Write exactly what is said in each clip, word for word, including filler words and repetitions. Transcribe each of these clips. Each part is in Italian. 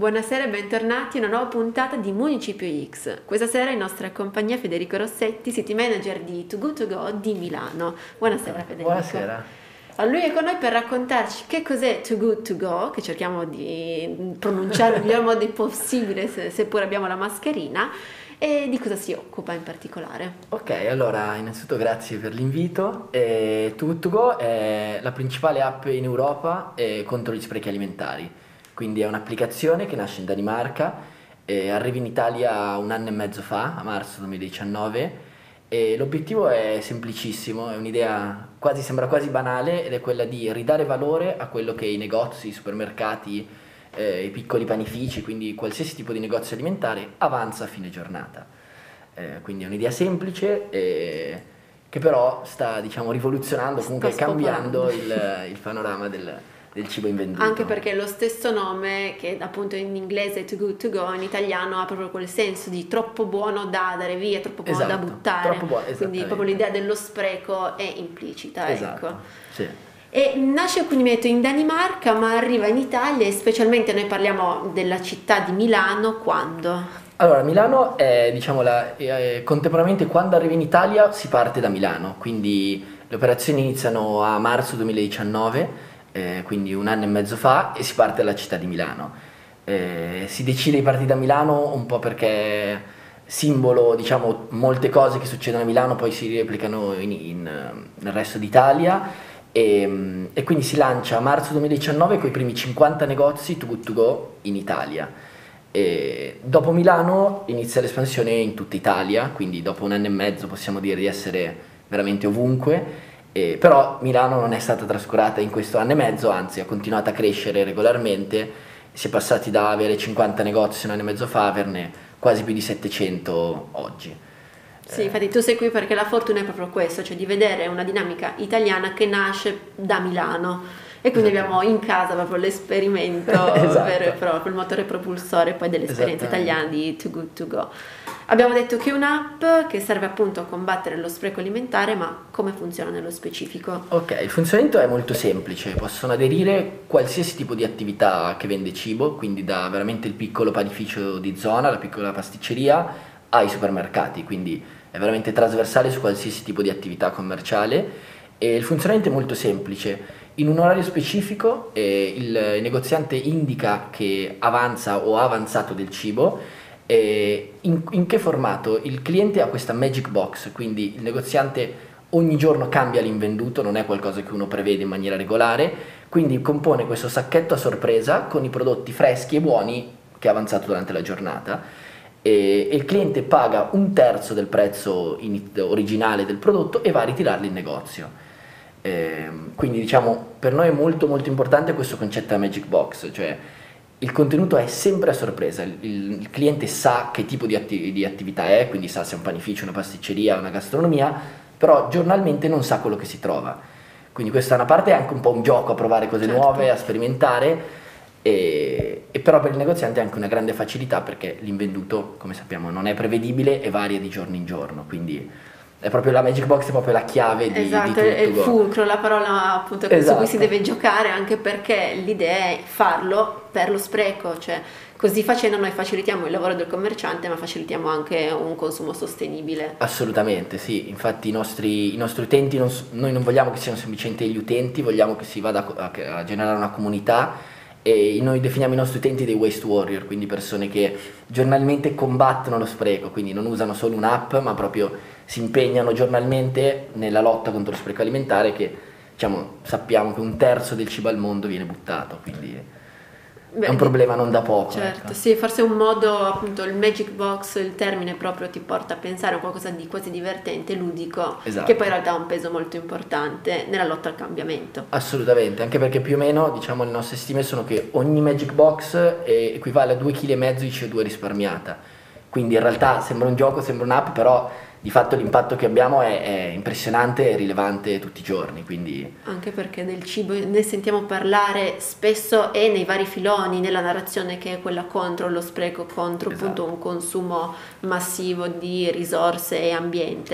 buonasera e bentornati a una nuova puntata di Municipio X. Questa sera in nostra compagnia Federico Rossetti, City Manager di Too Good To Go di Milano. Buonasera Federico. Buonasera. Allora, lui è con noi per raccontarci che cos'è Too Good To Go, che cerchiamo di pronunciare nel miglior modo possibile, se, seppur abbiamo la mascherina, e di cosa si occupa in particolare. Ok, allora innanzitutto grazie per l'invito. Eh, Too Good To Go è la principale app in Europa eh, contro gli sprechi alimentari, quindi è un'applicazione che nasce in Danimarca, eh, arriva in Italia un anno e mezzo fa, a marzo duemiladiciannove, e l'obiettivo è semplicissimo, è un'idea quasi, sembra quasi banale, ed è quella di ridare valore a quello che i negozi, i supermercati, eh, i piccoli panifici, quindi qualsiasi tipo di negozio alimentare avanza a fine giornata. Eh, quindi è un'idea semplice eh, che però sta, diciamo, rivoluzionando, comunque Sta cambiando il, il panorama del, del cibo invenduto. Anche perché lo stesso nome, che appunto in inglese è Too Good To Go, in italiano ha proprio quel senso di troppo buono da dare via, troppo buono Esatto, da buttare. troppo buono, quindi esattamente. proprio l'idea dello spreco è implicita. Esatto, ecco. sì. E nasce quindi detto in Danimarca, ma arriva in Italia, e specialmente noi parliamo della città di Milano, quando? Allora, Milano è, diciamo, la, è, contemporaneamente quando arriva in Italia si parte da Milano, quindi le operazioni iniziano a marzo duemiladiciannove, eh, quindi un anno e mezzo fa, e si parte dalla città di Milano. Eh, si decide di partire da Milano un po' perché simbolo, diciamo, molte cose che succedono a Milano poi si replicano in, in, nel resto d'Italia. E, e quindi si lancia a marzo duemiladiciannove con i primi cinquanta negozi Too Good To Go in Italia. E dopo Milano inizia l'espansione in tutta Italia, quindi dopo un anno e mezzo possiamo dire di essere veramente ovunque, e, però Milano non è stata trascurata in questo anno e mezzo, anzi ha continuato a crescere regolarmente. Si è passati da avere cinquanta negozi un anno e mezzo fa a averne quasi più di settecento oggi. Sì, infatti tu sei qui perché la fortuna è proprio questo, cioè di vedere una dinamica italiana che nasce da Milano, e quindi abbiamo in casa proprio l'esperimento Esatto. vero e proprio, il motore propulsore poi dell'esperienza Esattamente. italiana di Too Good To Go. Abbiamo detto che è un'app che serve appunto a combattere lo spreco alimentare, ma come funziona nello specifico? Ok, il funzionamento è molto semplice, possono aderire qualsiasi tipo di attività che vende cibo, quindi da veramente il piccolo panificio di zona, la piccola pasticceria, ai supermercati, quindi è veramente trasversale su qualsiasi tipo di attività commerciale. E il funzionamento è molto semplice. In un orario specifico eh, il negoziante indica che avanza o ha avanzato del cibo. Eh, in, in che formato? Il cliente ha questa magic box, quindi il negoziante ogni giorno cambia l'invenduto, non è qualcosa che uno prevede in maniera regolare, quindi compone questo sacchetto a sorpresa con i prodotti freschi e buoni che ha avanzato durante la giornata. E il cliente paga un terzo del prezzo in, originale del prodotto e va a ritirarli in negozio. Eh, quindi diciamo per noi è molto molto importante questo concetto della Magic Box, cioè il contenuto è sempre a sorpresa, il, il cliente sa che tipo di, atti, di attività è, quindi sa se è un panificio, una pasticceria, una gastronomia, però giornalmente non sa quello che si trova. Quindi questa è una parte, è anche un po' un gioco a provare cose Certo. nuove, a sperimentare. E, e però per il negoziante è anche una grande facilità perché l'invenduto, come sappiamo, non è prevedibile e varia di giorno in giorno, quindi è proprio la Magic Box, è proprio la chiave di, Esatto, di Too è Good il To Go. fulcro, la parola appunto su Esatto. cui si deve giocare, anche perché l'idea è farlo per lo spreco, cioè così facendo noi facilitiamo il lavoro del commerciante, ma facilitiamo anche un consumo sostenibile. Assolutamente, sì, infatti i nostri, i nostri utenti, non, noi non vogliamo che siano semplicemente gli utenti, vogliamo che si vada a, a generare una comunità. E noi definiamo i nostri utenti dei waste warrior, quindi persone che giornalmente combattono lo spreco, quindi non usano solo un'app ma proprio si impegnano giornalmente nella lotta contro lo spreco alimentare, che diciamo sappiamo che un terzo del cibo al mondo viene buttato, quindi Beh, è un problema non da poco. Certo, ecco. sì, forse è un modo, appunto, il Magic Box, il termine proprio ti porta a pensare a qualcosa di quasi divertente, ludico, Esatto. che poi in realtà ha un peso molto importante nella lotta al cambiamento. Assolutamente, anche perché più o meno, diciamo, le nostre stime sono che ogni Magic Box eh, equivale a due virgola cinque chili di C O due risparmiata, quindi in realtà sembra un gioco, sembra un'app, però di fatto l'impatto che abbiamo è, è impressionante e rilevante tutti i giorni, quindi Anche perché del cibo ne sentiamo parlare spesso e nei vari filoni, nella narrazione che è quella contro lo spreco, contro Esatto. appunto un consumo massivo di risorse e ambiente.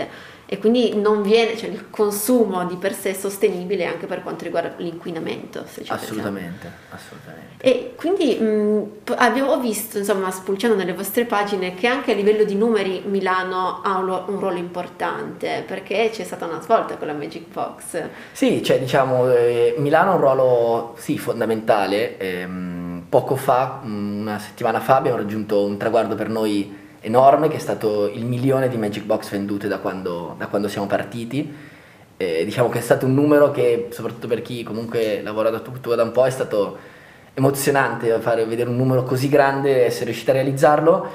e quindi non viene, cioè il consumo di per sé è sostenibile anche per quanto riguarda l'inquinamento, se ci Assolutamente, pensiamo. assolutamente. E quindi mh, abbiamo visto, insomma, spulciando nelle vostre pagine, che anche a livello di numeri Milano ha un, un ruolo importante, perché c'è stata una svolta con la Magic Box. Sì, cioè diciamo eh, Milano ha un ruolo sì fondamentale. Ehm, poco fa, una settimana fa, abbiamo raggiunto un traguardo per noi enorme, che è stato il milione di Magic Box vendute da quando, da quando siamo partiti. Eh, diciamo che è stato un numero che, soprattutto per chi comunque lavora da tutto da un po', è stato emozionante fare vedere un numero così grande, essere riusciti a realizzarlo.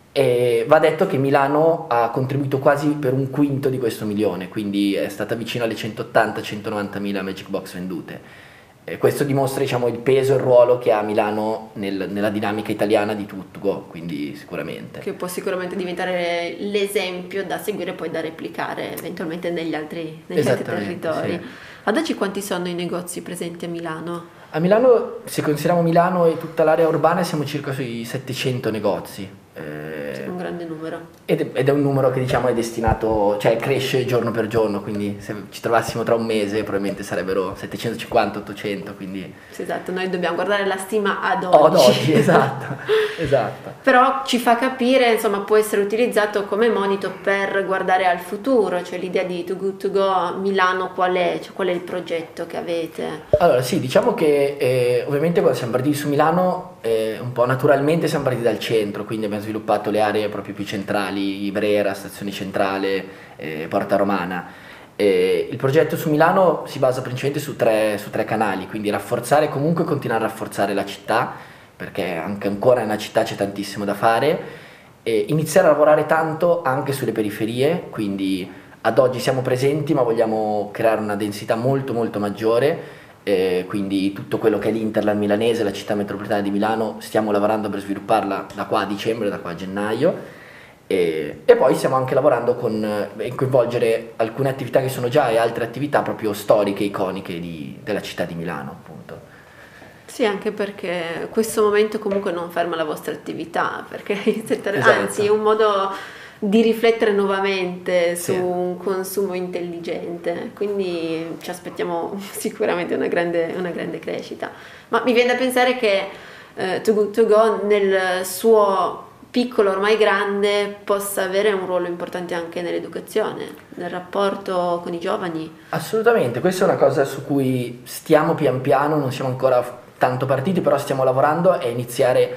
E va detto che Milano ha contribuito quasi per un quinto di questo milione, quindi è stata vicino alle centottanta centonovanta mila Magic Box vendute. E questo dimostra, diciamo, il peso e il ruolo che ha Milano nel- nella dinamica italiana di tutto, quindi sicuramente. Che può sicuramente diventare l'esempio da seguire e poi da replicare eventualmente negli altri, negli altri Esattamente, territori. sì. Ad oggi quanti sono i negozi presenti a Milano? A Milano, se consideriamo Milano e tutta l'area urbana, siamo circa sui settecento negozi. È Eh, un grande numero. ed, è, ed è un numero che diciamo è destinato, cioè cresce giorno per giorno, quindi se ci trovassimo tra un mese probabilmente sarebbero settecentocinquanta ottocento, quindi... Sì, esatto, noi dobbiamo guardare la stima ad Oh, ad oggi. oggi, esatto, esatto. Però ci fa capire, insomma, può essere utilizzato come monito per guardare al futuro, cioè l'idea di Too Good To Go Milano qual è? Cioè, qual è il progetto che avete? Allora sì, diciamo che eh, ovviamente quando siamo partiti su Milano eh, un po' naturalmente siamo partiti dal centro, quindi abbiamo sviluppato le aree proprio più centrali, Ibrera, Stazione Centrale, eh, Porta Romana. Eh, il progetto su Milano si basa principalmente su tre, su tre canali, quindi rafforzare, comunque continuare a rafforzare la città, perché anche ancora nella città c'è tantissimo da fare, e iniziare a lavorare tanto anche sulle periferie, quindi ad oggi siamo presenti ma vogliamo creare una densità molto molto maggiore. Eh, quindi tutto quello che è l'Interland milanese, la città metropolitana di Milano, stiamo lavorando per svilupparla da qua a dicembre, da qua a gennaio. E, e poi stiamo anche lavorando con eh, coinvolgere alcune attività che sono già e altre attività proprio storiche, iconiche di- della città di Milano, appunto. Sì, anche perché questo momento comunque non ferma la vostra attività, perché siete- Esatto. anzi è un modo di riflettere nuovamente su Sì. un consumo intelligente, quindi ci aspettiamo sicuramente una grande, una grande crescita. Ma mi viene da pensare che eh, Too Good To Go nel suo piccolo ormai grande possa avere un ruolo importante anche nell'educazione, nel rapporto con i giovani. Assolutamente, questa è una cosa su cui stiamo pian piano, non siamo ancora f- tanto partiti, però stiamo lavorando e iniziare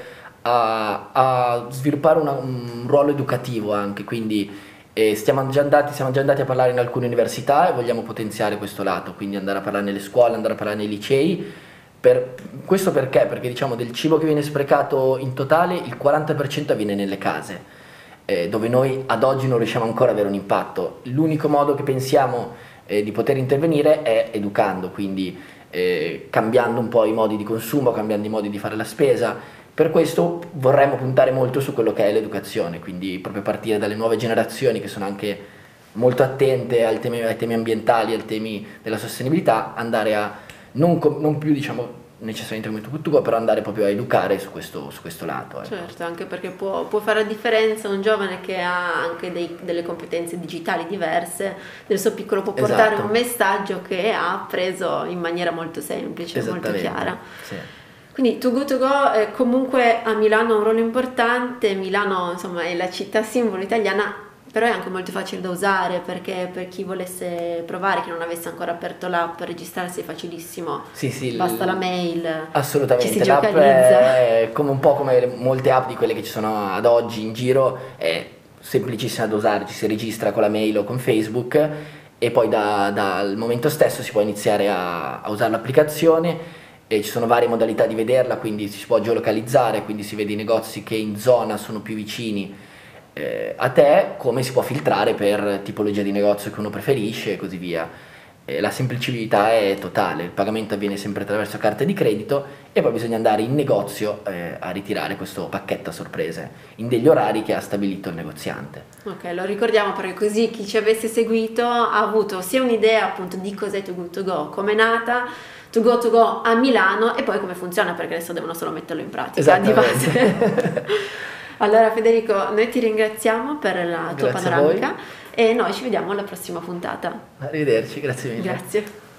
a, a sviluppare una- un ruolo educativo anche, quindi eh, stiamo già andati, siamo già andati a parlare in alcune università e vogliamo potenziare questo lato, quindi andare a parlare nelle scuole, andare a parlare nei licei. Per, questo perché? Perché diciamo del cibo che viene sprecato in totale il quaranta per cento avviene nelle case, eh, dove noi ad oggi non riusciamo ancora ad avere un impatto. L'unico modo che pensiamo eh, di poter intervenire è educando, quindi eh, cambiando un po' i modi di consumo, cambiando i modi di fare la spesa. Per questo vorremmo puntare molto su quello che è l'educazione, quindi proprio partire dalle nuove generazioni che sono anche molto attente ai temi, ai temi ambientali, ai temi della sostenibilità, andare a non, com- non più diciamo necessariamente come tu, tu, però andare proprio a educare su questo, su questo lato. Ecco. Certo, anche perché può, può fare la differenza un giovane che ha anche dei- delle competenze digitali diverse, nel suo piccolo può portare Esatto. un messaggio che ha appreso in maniera molto semplice, molto Esattamente, chiara. sì. Quindi Too Good To Go eh, comunque a Milano ha un ruolo importante, Milano insomma è la città simbolo italiana, però è anche molto facile da usare perché per chi volesse provare, che non avesse ancora aperto l'app, registrarsi è facilissimo, Sì, sì, basta l- la mail, Assolutamente, ci si l'app giocalizza. è come un po' come le- molte app di quelle che ci sono ad oggi in giro, è semplicissima da usare, ci si registra con la mail o con Facebook e poi da- dal momento stesso si può iniziare a, a usare l'applicazione e ci sono varie modalità di vederla, quindi si può geolocalizzare, quindi si vede i negozi che in zona sono più vicini eh, a te, come si può filtrare per tipologia di negozio che uno preferisce e così via. Eh, la semplicità è totale, il pagamento avviene sempre attraverso carta di credito e poi bisogna andare in negozio eh, a ritirare questo pacchetto a sorprese in degli orari che ha stabilito il negoziante. Ok, lo ricordiamo perché così chi ci avesse seguito ha avuto sia un'idea appunto di cos'è Too Good To Go, come è nata, Too Go To Go a Milano e poi come funziona perché adesso devono solo metterlo in pratica di base. Allora Federico, noi ti ringraziamo per la tua Grazie a panoramica e noi ci vediamo alla prossima puntata. Arrivederci, grazie mille. Grazie.